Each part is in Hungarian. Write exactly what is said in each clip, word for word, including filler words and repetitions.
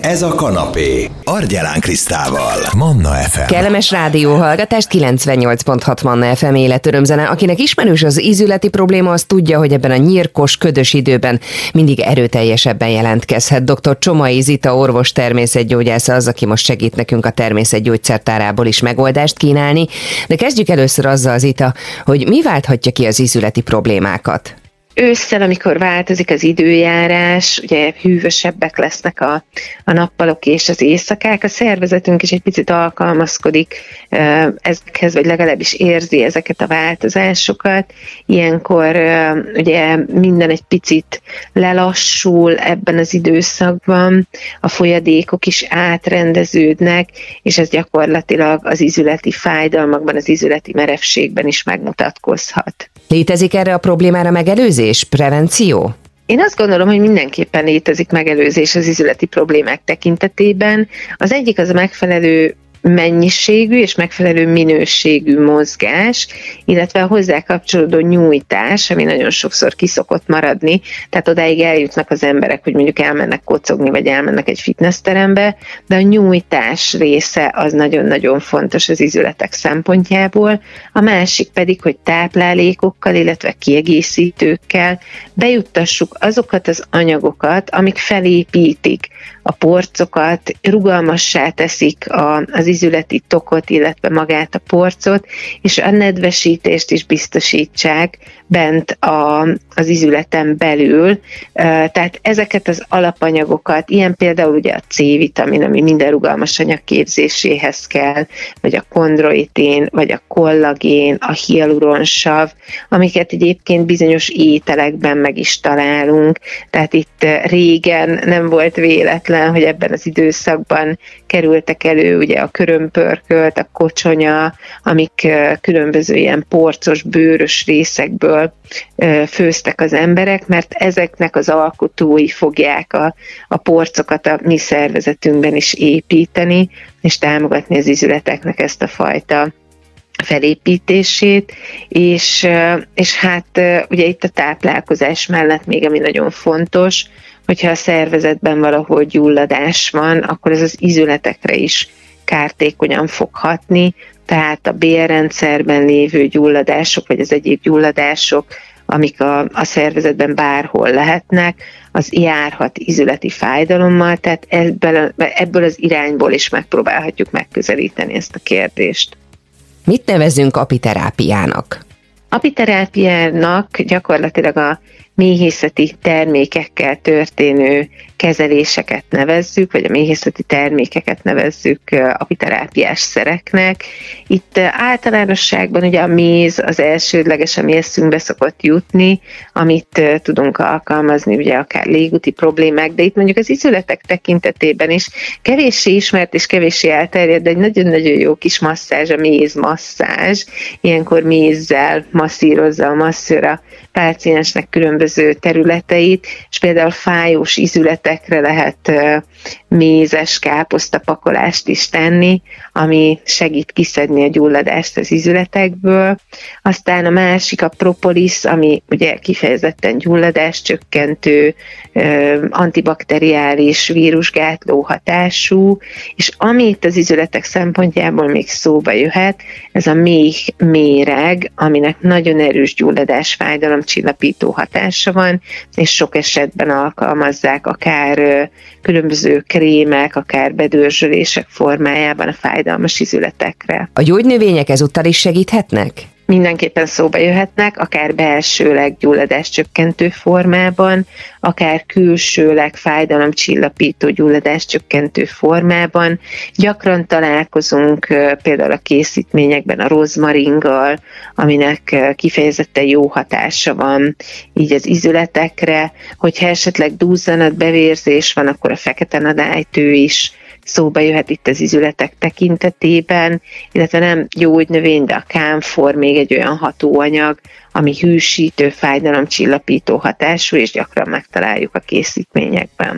Ez a kanapé. Argyelán Krisztával. Manna ef em. Kellemes rádióhallgatást, kilencvennyolc pont hat Manna ef em életörömzene. Akinek ismerős az ízületi probléma, az tudja, hogy ebben a nyírkos, ködös időben mindig erőteljesebben jelentkezhet. doktor Csomai Zita orvos természetgyógyász az, aki most segít nekünk a természetgyógyszertárából is megoldást kínálni. De kezdjük először azzal, Zita, hogy mi válthatja ki az ízületi problémákat? Ősszel, amikor változik az időjárás, ugye hűvösebbek lesznek a, a nappalok és az éjszakák, a szervezetünk is egy picit alkalmazkodik ezekhez, vagy legalábbis érzi ezeket a változásokat. Ilyenkor ugye minden egy picit lelassul ebben az időszakban, a folyadékok is átrendeződnek, és ez gyakorlatilag az ízületi fájdalmakban, az ízületi merevségben is megmutatkozhat. Létezik erre a problémára megelőzés, prevenció? Én azt gondolom, hogy mindenképpen létezik megelőzés az ízületi problémák tekintetében. Az egyik az a megfelelő mennyiségű és megfelelő minőségű mozgás, illetve a hozzá kapcsolódó nyújtás, ami nagyon sokszor kiszokott maradni, tehát odáig eljutnak az emberek, hogy mondjuk elmennek kocogni, vagy elmennek egy fitnessterembe, de a nyújtás része az nagyon-nagyon fontos az ízületek szempontjából. A másik pedig, hogy táplálékokkal, illetve kiegészítőkkel bejuttassuk azokat az anyagokat, amik felépítik a porcokat, rugalmassá teszik a, az ízületi tokot, illetve magát a porcot, és a nedvesítést is biztosítsák bent a, az ízületen belül. Tehát ezeket az alapanyagokat, ilyen például ugye a C-vitamin, ami minden rugalmas anyag képzéséhez kell, vagy a kondroitin, vagy a kollagén, a hialuronsav, amiket egyébként bizonyos ételekben meg is találunk. Tehát itt régen nem volt véletlen, hogy ebben az időszakban kerültek elő ugye a körömpörkölt, a kocsonya, amik különböző ilyen porcos, bőrös részekből főztek az emberek, mert ezeknek az alkotói fogják a, a porcokat a mi szervezetünkben is építeni, és támogatni az ízületeknek ezt a fajta felépítését, és, és hát ugye itt a táplálkozás mellett még ami nagyon fontos, hogyha a szervezetben valahol gyulladás van, akkor ez az ízületekre is kártékonyan fog hatni, tehát a bélrendszerben lévő gyulladások, vagy az egyéb gyulladások, amik a, a szervezetben bárhol lehetnek, az járhat ízületi fájdalommal, tehát ebből, ebből az irányból is megpróbálhatjuk megközelíteni ezt a kérdést. Mit nevezünk apiterápiának? Apiterápiának gyakorlatilag a méhészeti termékekkel történő kezeléseket nevezzük, vagy a méhészeti termékeket nevezzük apiterápiás szereknek. Itt általánosságban ugye a méz az elsődleges, ami eszünkbe szokott jutni, amit tudunk alkalmazni, ugye akár légúti problémák, de itt mondjuk az ízületek tekintetében is kevéssé ismert és kevéssé elterjedt, de egy nagyon-nagyon jó kis masszázs, a mézmasszázs. Ilyenkor mézzel masszírozza a masszőr a páciensnek különböző területeit, és például fájós ízületekre lehet mézes káposztapakolást is tenni, ami segít kiszedni a gyulladást az ízületekből. Aztán a másik a propolis, ami ugye kifejezetten gyulladáscsökkentő, antibakteriális, vírusgátló hatású, és amit az ízületek szempontjából még szóba jöhet, ez a méh méreg, aminek nagyon erős gyulladásfájdalomcsillapító hatása van, és sok esetben alkalmazzák akár különböző krémek, akár bedörzsölések formájában a fájdalmas ízületekre. A gyógynövények ezúttal is segíthetnek? Mindenképpen szóba jöhetnek, akár belsőleg gyulladáscsökkentő formában, akár külsőleg fájdalomcsillapító gyulladáscsökkentő formában. Gyakran találkozunk például a készítményekben a rozmaringgal, aminek kifejezetten jó hatása van így az ízületekre. Hogyha esetleg duzzanat, bevérzés van, akkor a fekete nadálytő is szóba jöhet itt az ízületek tekintetében, illetve nem gyógynövény, de a kámfor még egy olyan hatóanyag, ami hűsítő, fájdalomcsillapító hatású, és gyakran megtaláljuk a készítményekben.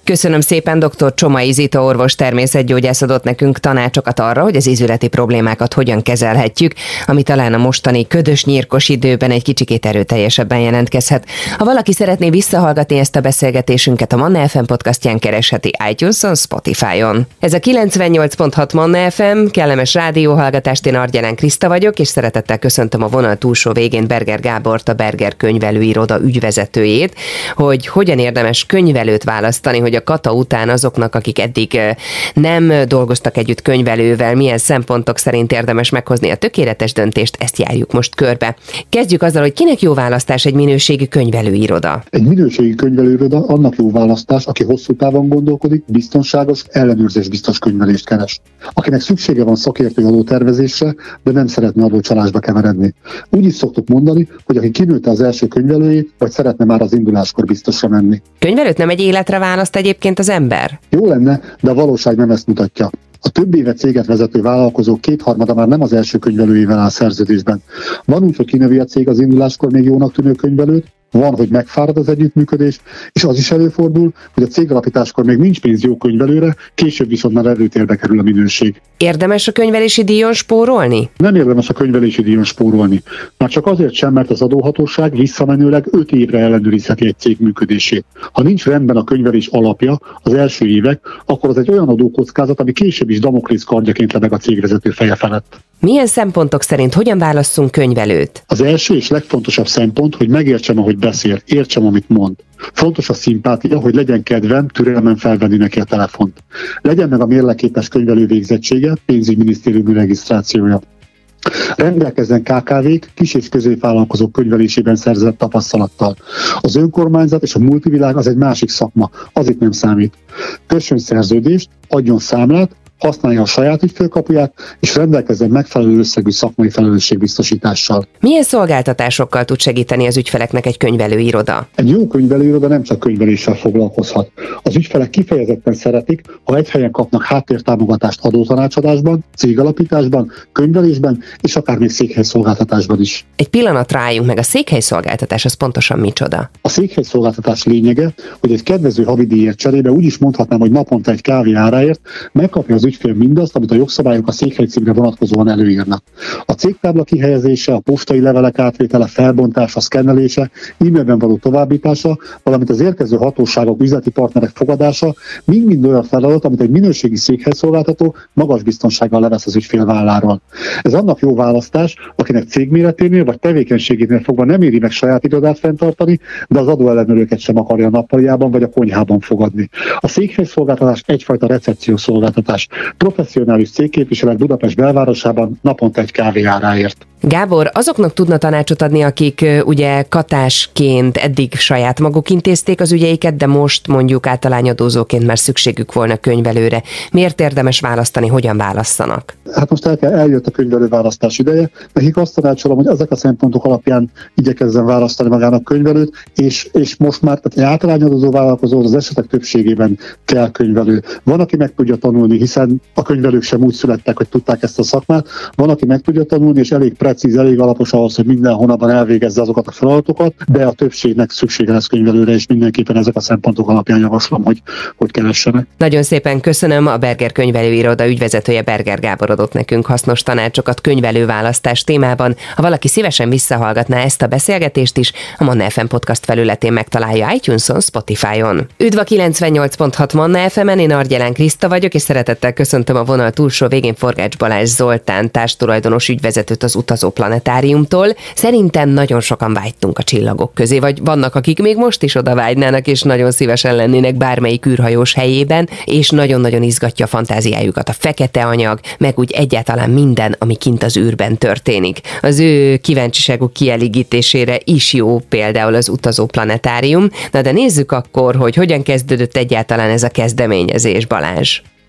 Köszönöm szépen, dr. Csomai Zita orvos természetgyógyász adott nekünk tanácsokat arra, hogy az ízületi problémákat hogyan kezelhetjük, ami talán a mostani ködös, nyírkos időben egy kicsikét erőteljesebben jelentkezhet. Ha valaki szeretné visszahallgatni ezt a beszélgetésünket, a Manna ef em podcastján keresheti iTunes-on, Spotify-on. Ez a kilencvennyolc pont hat Manna ef em, kellemes rádióhallgatást, én Argyelán Kriszta vagyok, és szeretettel köszöntöm a vonal túlsó végén Berger Gábort, a Berger könyvelőiroda ügyvezetőjét, hogy hogyan érdemes könyvelőt választani, hogy a kata után azoknak, akik eddig nem dolgoztak együtt könyvelővel, milyen szempontok szerint érdemes meghozni a tökéletes döntést, ezt járjuk most körbe. Kezdjük azzal, hogy kinek jó választás egy minőségi könyvelőiroda? Egy minőségi könyvelőiroda annak jó választás, aki hosszú távon gondolkodik, biztonságos, ellenőrzésbiztos könyvelést keres. Akinek szüksége van szakértői adótervezésre, de nem szeretne adócsalásba keveredni. Úgy is szoktuk mondani, hogy aki kinőtte az első könyvelőjét, vagy szeretne már az induláskor biztosra menni. Könyvelőt nem egy életre választ egyébként az ember? Jó lenne, de a valóság nem ezt mutatja. A több éve céget vezető vállalkozók kétharmada már nem az első könyvelőjével áll szerződésben. Van úgy, hogy kinövi a cég az induláskor még jónak tűnő könyvelőt, van, hogy megfárad az együttműködés, és az is előfordul, hogy a cégalapításkor még nincs pénz jó könyvelőre, később viszont már előtérbe kerül a minőség. Érdemes a könyvelési díjon spórolni? Nem érdemes a könyvelési díjon spórolni. Már csak azért sem, mert az adóhatóság visszamenőleg öt évre ellenőrizheti egy cég működését. Ha nincs rendben a könyvelés alapja, az első évek, akkor az egy olyan adókockázat, ami később is Damoklész kardjaként lebeg a cégvezető feje felett. Milyen szempontok szerint hogyan válasszunk könyvelőt? Az első és legfontosabb szempont, hogy megértsem, ahogy beszél, értsem, amit mond. Fontos a szimpátia, hogy legyen kedvem, türelmem felvenni neki a telefont. Legyen meg a mérleképes könyvelő végzettsége, pénzügyminisztériumi regisztrációja. Rendelkezzen ká ká vék, kis- és középvállalkozók könyvelésében szerzett tapasztalattal. Az önkormányzat és a multivilág az egy másik szakma, az itt nem számít. Kössön szerződést, adjon számlát, használja a saját ügyfélkapuját, és rendelkezzen megfelelő összegű szakmai felelősségbiztosítással. Milyen szolgáltatásokkal tud segíteni az ügyfeleknek egy könyvelőiroda? Egy jó könyvelőiroda nem csak könyveléssel foglalkozhat. Az ügyfelek kifejezetten szeretik, ha egy helyen kapnak háttértámogatást adótanácsadásban, cégalapításban, könyvelésben, és akár még székhelyszolgáltatásban is. Egy pillanat rájunk meg, a székhelyszolgáltatás az pontosan micsoda? A székhelyszolgáltatás lényege, hogy egy kedvező havidíjért cserébe úgy is mondhatnám, hogy naponta egy kávé áráért megkapja az ügyfél mindazt, amit a jogszabályok a székhelycímre vonatkozóan előírnak. A cégtábla kihelyezése, a postai levelek átvétele, felbontása, szkennelése, e-mailben való továbbítása, valamint az érkező hatóságok, üzleti partnerek fogadása mind-mind olyan feladat, amit egy minőségi székhelyszolgáltató magas biztonsággal levesz az ügyfél válláról. Ez annak jó választás, akinek cégméreténél vagy tevékenységénél fogva nem éri meg saját irodát fenntartani, de az adóellenőröket sem akarja a nappaliában vagy a konyhában fogadni. A székhelyszolgáltatás egyfajta recepciós szolgáltatás. Professzionális cégképviselet Budapest belvárosában naponta egy kávé áráért. Gábor, azoknak tudna tanácsot adni, akik ugye katásként eddig saját maguk intézték az ügyeiket, de most mondjuk általányadózóként már szükségük volna könyvelőre. Miért érdemes választani, hogyan válasszanak? Hát most el kell, eljött a könyvelő választás ideje, nekik azt tanácsolom, hogy ezek a szempontok alapján igyekezzen választani magának könyvelőt, és, és most már tehát egy általányadózó vállalkozó az esetek többségében kell könyvelő. Van, aki meg tudja tanulni, hiszen a könyvelők sem úgy születtek, hogy tudták ezt a szakmát. Van, aki meg tudja tanulni, és elég precíz, elég alapos ahhoz, hogy minden hónapban elvégezze azokat a feladatokat, de a többségnek szüksége lesz könyvelőre, és mindenképpen ezek a szempontok alapján javaslom, hogy, hogy keressenek. Nagyon szépen köszönöm, a Berger könyvelőiroda ügyvezetője Berger Gábor adott nekünk hasznos tanácsokat könyvelőválasztás témában. Ha valaki szívesen visszahallgatná ezt a beszélgetést is, a Manna ef em podcast felületén megtalálja iTunes-on, Spotify-on. Üdv a kilencvennyolc pont hat Manna ef emen, én Argyelán Kriszta vagyok, és szeretettel köszöntöm a vonal túlsó végén Forgács Balázs Zoltán, társtulajdonos ügyvezetőt az Utazó Planetáriumtól. Szerintem nagyon sokan vágytunk a csillagok közé, vagy vannak, akik még most is oda vágynának, és nagyon szívesen lennének bármelyik űrhajós helyében, és nagyon-nagyon izgatja a fantáziájukat a fekete anyag, meg úgy egyáltalán minden, ami kint az űrben történik. Az ő kíváncsiságuk kielégítésére is jó például az Utazó Planetárium. Na de nézzük akkor, hogy hogyan kezdődött egyáltalán ez a kezdeményezés, Balázs.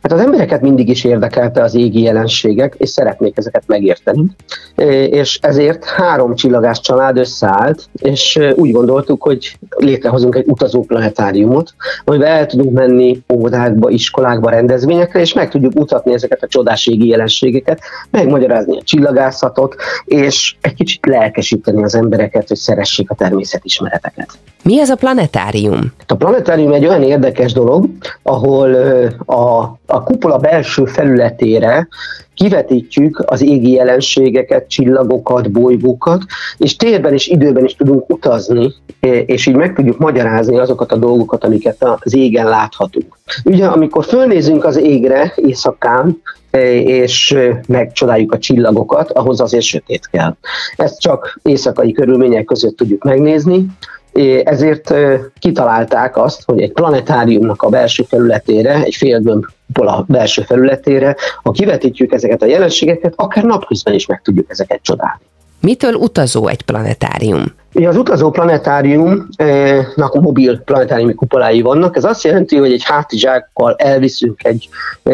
Hát az embereket mindig is érdekelte az égi jelenségek, és szeretnék ezeket megérteni. És ezért három csillagás család összeállt, és úgy gondoltuk, hogy létrehozunk egy utazó planetáriumot, amiben el tudunk menni óvodákba, iskolákba, rendezvényekre, és meg tudjuk mutatni ezeket a csodás égi jelenségeket, megmagyarázni a csillagászatot, és egy kicsit lelkesíteni az embereket, hogy szeressék a természetismereteket. Mi az a planetárium? A planetárium egy olyan érdekes dolog, ahol a, a kupola belső felületére kivetítjük az égi jelenségeket, csillagokat, bolygókat, és térben és időben is tudunk utazni, és így meg tudjuk magyarázni azokat a dolgokat, amiket az égen láthatunk. Ugye, amikor fölnézünk az égre éjszakán, és megcsodáljuk a csillagokat, ahhoz azért sötét kell. Ezt csak éjszakai körülmények között tudjuk megnézni, ezért kitalálták azt, hogy egy planetáriumnak a belső felületére, egy félgömb kupola belső felületére, ha kivetítjük ezeket a jelenségeket, akár napközben is meg tudjuk ezeket csodálni. Mitől utazó egy planetárium? Ugye az utazó planetáriumnak mobil planetáriumi kupolái vannak. Ez azt jelenti, hogy egy hátizsákkal elviszünk egy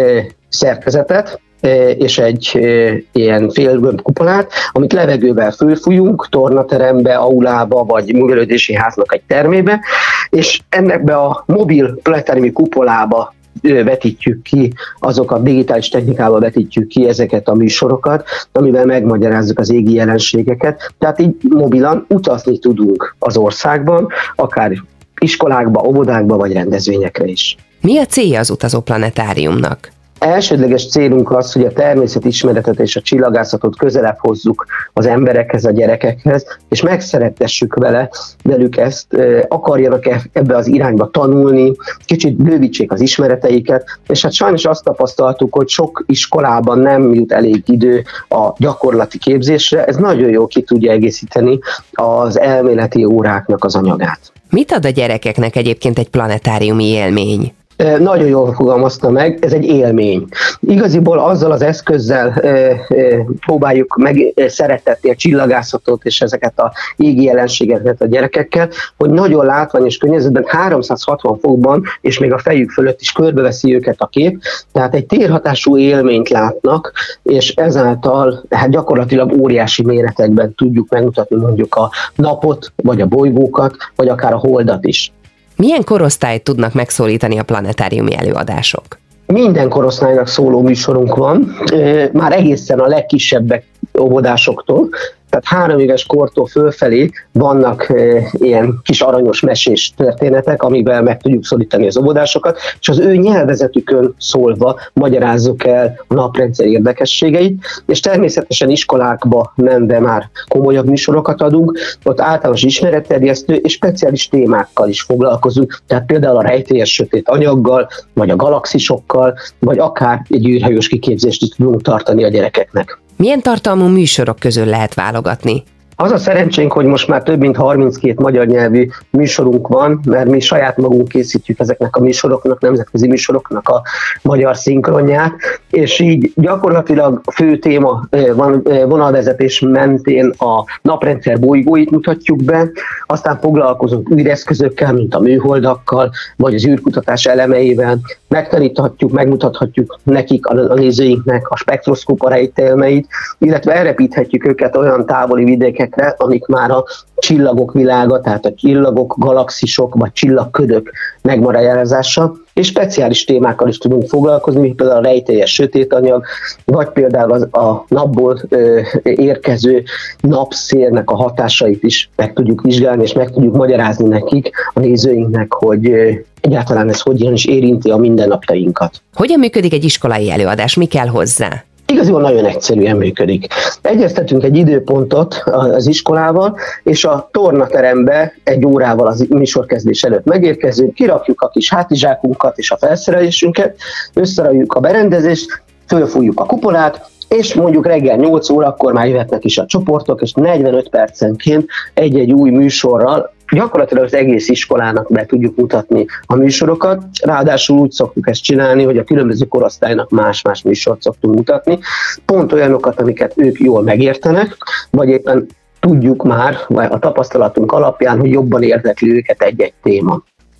szerkezetet, és egy ilyen félgömb kupolát, amit levegővel fölfújunk, tornaterembe, aulába, vagy művelődési háznak egy termébe, és ennek a mobil planetáriumi kupolába vetítjük ki, azok a digitális technikával vetítjük ki ezeket a műsorokat, amivel megmagyarázzuk az égi jelenségeket. Tehát így mobilan utazni tudunk az országban, akár iskolákba, óvodákba, vagy rendezvényekre is. Mi a célja az utazó planetáriumnak? Elsődleges célunk az, hogy a természetismeretet és a csillagászatot közelebb hozzuk az emberekhez, a gyerekekhez, és megszerettessük vele, velük ezt, akarjanak ebbe az irányba tanulni, kicsit bővítsék az ismereteiket, és hát sajnos azt tapasztaltuk, hogy sok iskolában nem jut elég idő a gyakorlati képzésre, ez nagyon jól ki tudja egészíteni az elméleti óráknak az anyagát. Mit ad a gyerekeknek egyébként egy planetáriumi élmény? Nagyon jól fogalmazta meg, ez egy élmény. Igaziból azzal az eszközzel e, e, próbáljuk meg szeretetni a csillagászatot és ezeket a égi jelenségeket a gyerekekkel, hogy nagyon látványos környezetben háromszázhatvan fokban, és még a fejük fölött is körbeveszi őket a kép, tehát egy térhatású élményt látnak, és ezáltal hát gyakorlatilag óriási méretekben tudjuk megmutatni mondjuk a napot, vagy a bolygókat, vagy akár a holdat is. Milyen korosztályt tudnak megszólítani a planetáriumi előadások? Minden korosztálynak szóló műsorunk van, már egészen a legkisebbek óvodásoktól, tehát három éves kortól fölfelé vannak e, ilyen kis aranyos mesés történetek, amivel meg tudjuk szólítani az óvodásokat, és az ő nyelvezetükön szólva magyarázzuk el a naprendszer érdekességeit, és természetesen iskolákba menve már komolyabb műsorokat adunk, ott általános ismeretterjesztő és speciális témákkal is foglalkozunk, tehát például a rejtélyes sötét anyaggal, vagy a galaxisokkal, vagy akár egy űrhajós kiképzést is tudunk tartani a gyerekeknek. Milyen tartalmú műsorok közül lehet válogatni? Az a szerencsénk, hogy most már több mint harminckét magyar nyelvű műsorunk van, mert mi saját magunk készítjük ezeknek a műsoroknak, nemzetközi műsoroknak a magyar szinkronját, és így gyakorlatilag a fő téma vonalvezetés mentén a naprendszer bolygóit mutatjuk be, aztán foglalkozunk űreszközökkel, mint a műholdakkal, vagy az űrkutatás elemeivel, megtaníthatjuk, megmutathatjuk nekik, a nézőinknek a spektroszkópa rejtelmeit, illetve elrepíthetjük őket olyan távoli vidékek, amik már a csillagok világa, tehát a csillagok, galaxisok vagy csillagködök megmagyarázása, és speciális témákkal is tudunk foglalkozni, mint például a rejtélyes sötét anyag, vagy például az, a napból ö, érkező napszélnek a hatásait is meg tudjuk vizsgálni, és meg tudjuk magyarázni nekik, a nézőinknek, hogy ö, egyáltalán ez hogyan is érinti a mindennapjainkat. Hogyan működik egy iskolai előadás? Mi kell hozzá? Igaziból nagyon egyszerűen működik. Egyeztetünk egy időpontot az iskolával, és a tornaterembe egy órával az műsorkezdés előtt megérkezünk, kirakjuk a kis hátizsákunkat és a felszerelésünket, összerakjuk a berendezést, fölfújjuk a kupolát, és mondjuk reggel nyolc órakor már jöhetnek is a csoportok, és negyvenöt percenként egy-egy új műsorral gyakorlatilag az egész iskolának be tudjuk mutatni a műsorokat, ráadásul úgy szoktuk ezt csinálni, hogy a különböző korosztálynak más-más műsort szoktunk mutatni, pont olyanokat, amiket ők jól megértenek, vagy éppen tudjuk már, vagy a tapasztalatunk alapján, hogy jobban érdekli őket egy-egy téma.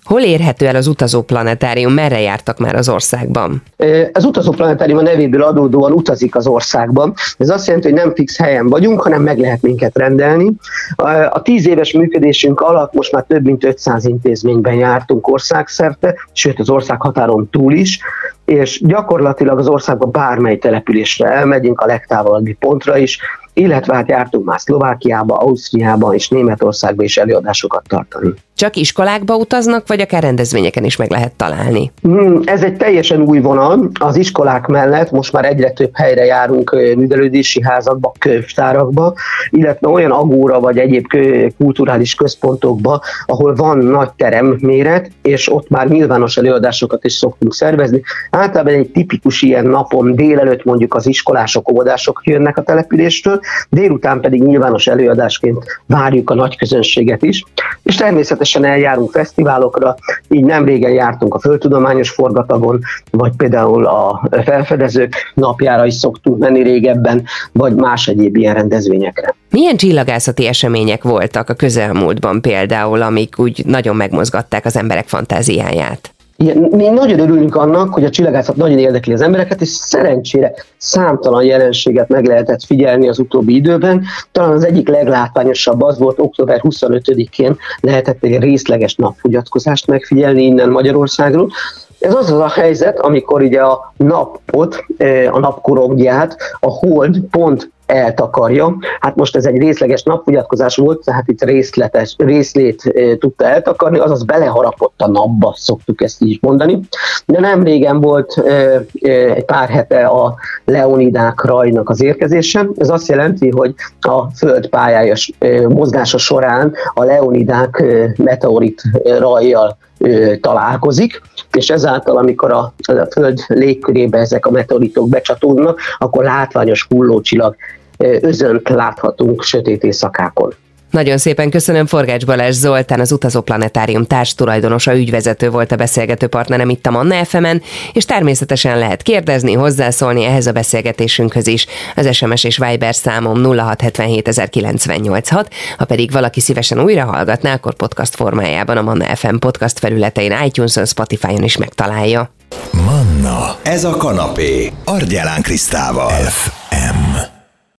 Hol érhető el az utazóplanetárium, merre jártak már az országban? Az utazóplanetárium a nevéből adódóan utazik az országban. Ez azt jelenti, hogy nem fix helyen vagyunk, hanem meg lehet minket rendelni. A tíz éves működésünk alatt most már több mint ötszáz intézményben jártunk országszerte, sőt az ország határon túl is, és gyakorlatilag az országban bármely településre elmegyünk, a legtávolabbi pontra is, illetve hát jártunk már Szlovákiába, Ausztriába és Németországba is előadásokat tartani. Csak iskolákba utaznak, vagy akár rendezvényeken is meg lehet találni? Hmm, ez egy teljesen új vonal. Az iskolák mellett most már egyre több helyre járunk, művelődési házakba, könyvtárakba, illetve olyan agóra vagy egyéb kulturális központokba, ahol van nagy teremméret, és ott már nyilvános előadásokat is szoktunk szervezni. Általában egy tipikus ilyen napon délelőtt mondjuk az iskolások, óvodások jönnek a településtől, délután pedig nyilvános előadásként várjuk a nagy közönséget is, és természetesen eljárunk fesztiválokra, így nem régen jártunk a Földtudományos Forgatagon, vagy például a Felfedezők napjára is szoktunk menni régebben, vagy más egyéb ilyen rendezvényekre. Milyen csillagászati események voltak a közelmúltban például, amik úgy nagyon megmozgatták az emberek fantáziáját? Igen, mi nagyon örülünk annak, hogy a csillagászat nagyon érdekli az embereket, és szerencsére számtalan jelenséget meg lehetett figyelni az utóbbi időben. Talán az egyik leglátványosabb az volt, október huszonötödikén lehetett egy részleges napfogyatkozást megfigyelni innen Magyarországról. Ez az az a helyzet, amikor ugye a napot, a napkorongját a hold pont eltakarja. Hát most ez egy részleges napfogyatkozás volt, tehát itt részletes, részlét e, tudta eltakarni, azaz beleharapott a napba, szoktuk ezt így mondani. De nem régen volt e, e, egy pár hete a Leonidák rajnak az érkezése. Ez azt jelenti, hogy a Föld pályája e, mozgása során a Leonidák e, meteorit rajjal e, találkozik, és ezáltal, amikor a, a Föld légkörébe ezek a meteoritok becsatódnak, akkor látványos hullócsillag özönt láthatunk sötét éjszakákon. Nagyon szépen köszönöm, Forgács Balázs Zoltán, az Utazóplanetárium társtulajdonosa, ügyvezető volt a beszélgető partnerem itt a Manna ef emen, és természetesen lehet kérdezni, hozzászólni ehhez a beszélgetésünkhöz is. Az es em es és Viber számom nulla hat hetvenhét ezerkilencszáznyolcvanhat, ha pedig valaki szívesen újra hallgatná, akkor podcast formájában a Manna ef em podcast felületein, iTunes-on, Spotify-on is megtalálja. Manna, ez a kanapé, Argyelán Krisztával. ef em